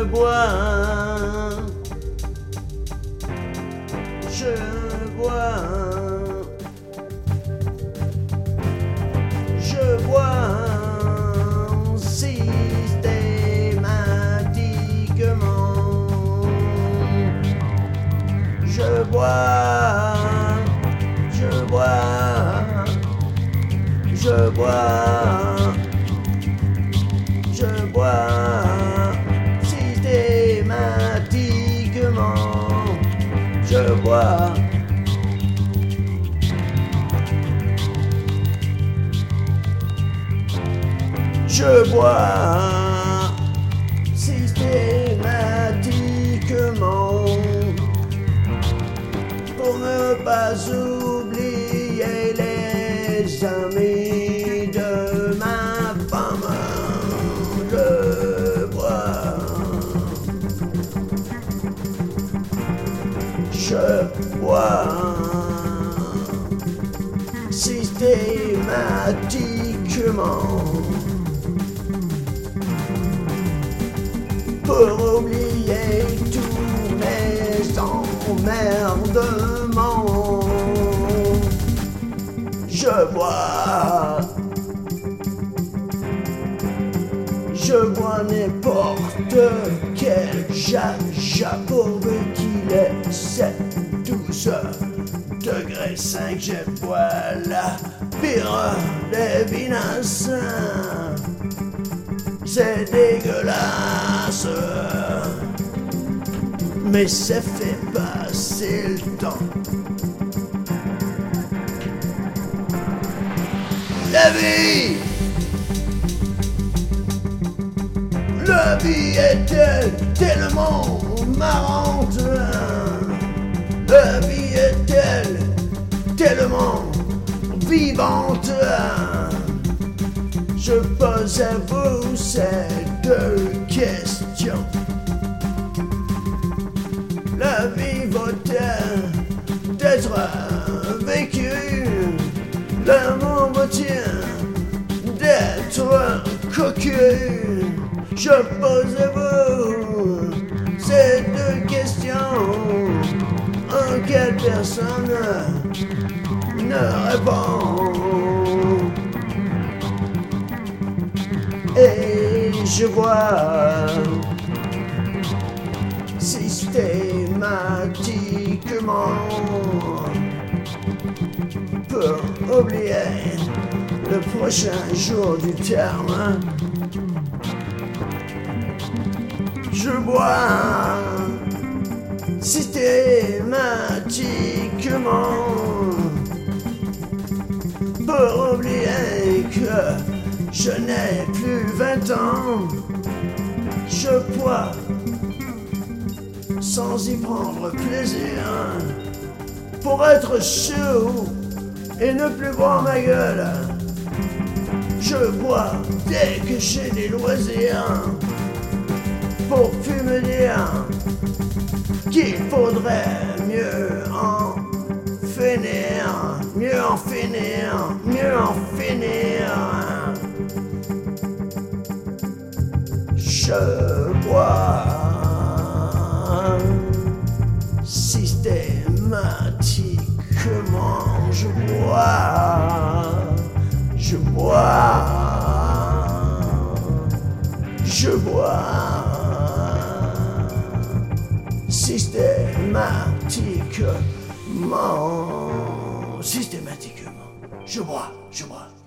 bois, je bois, je bois systématiquement. Je bois, je bois, je bois, je bois systématiquement. Je bois. Je bois systématiquement pour ne pas oublier les amis de ma femme. Je bois. Je bois systématiquement pour oublier tous mes emmerdements. Je bois. Je bois n'importe quel jaja pourvu qu'il ait 7-12 degrés 5. Je bois la pire des vinasse. C'est dégueulasse, mais ça fait passer le temps. La vie est tellement marrante. La vie est tellement vivante. Je pose à vous ces deux questions. La vie vaut-elle d'être vécue? L'amour vaut-il d'être cocu? Je pose à vous ces deux questions auxquelles personne ne répond. Et je vois systématiquement pour oublier le prochain jour du terme. Je bois systématiquement pour oublier que je n'ai plus 20 ans. Je bois sans y prendre plaisir pour être chaud et ne plus voir ma gueule. Je bois dès que j'ai des loisirs pour plus me dire qu'il faudrait mieux en finir, mieux en finir, mieux en finir. Je bois systématiquement. Je bois. Je bois. Je bois systématiquement. Systématiquement. Je bois. Je bois.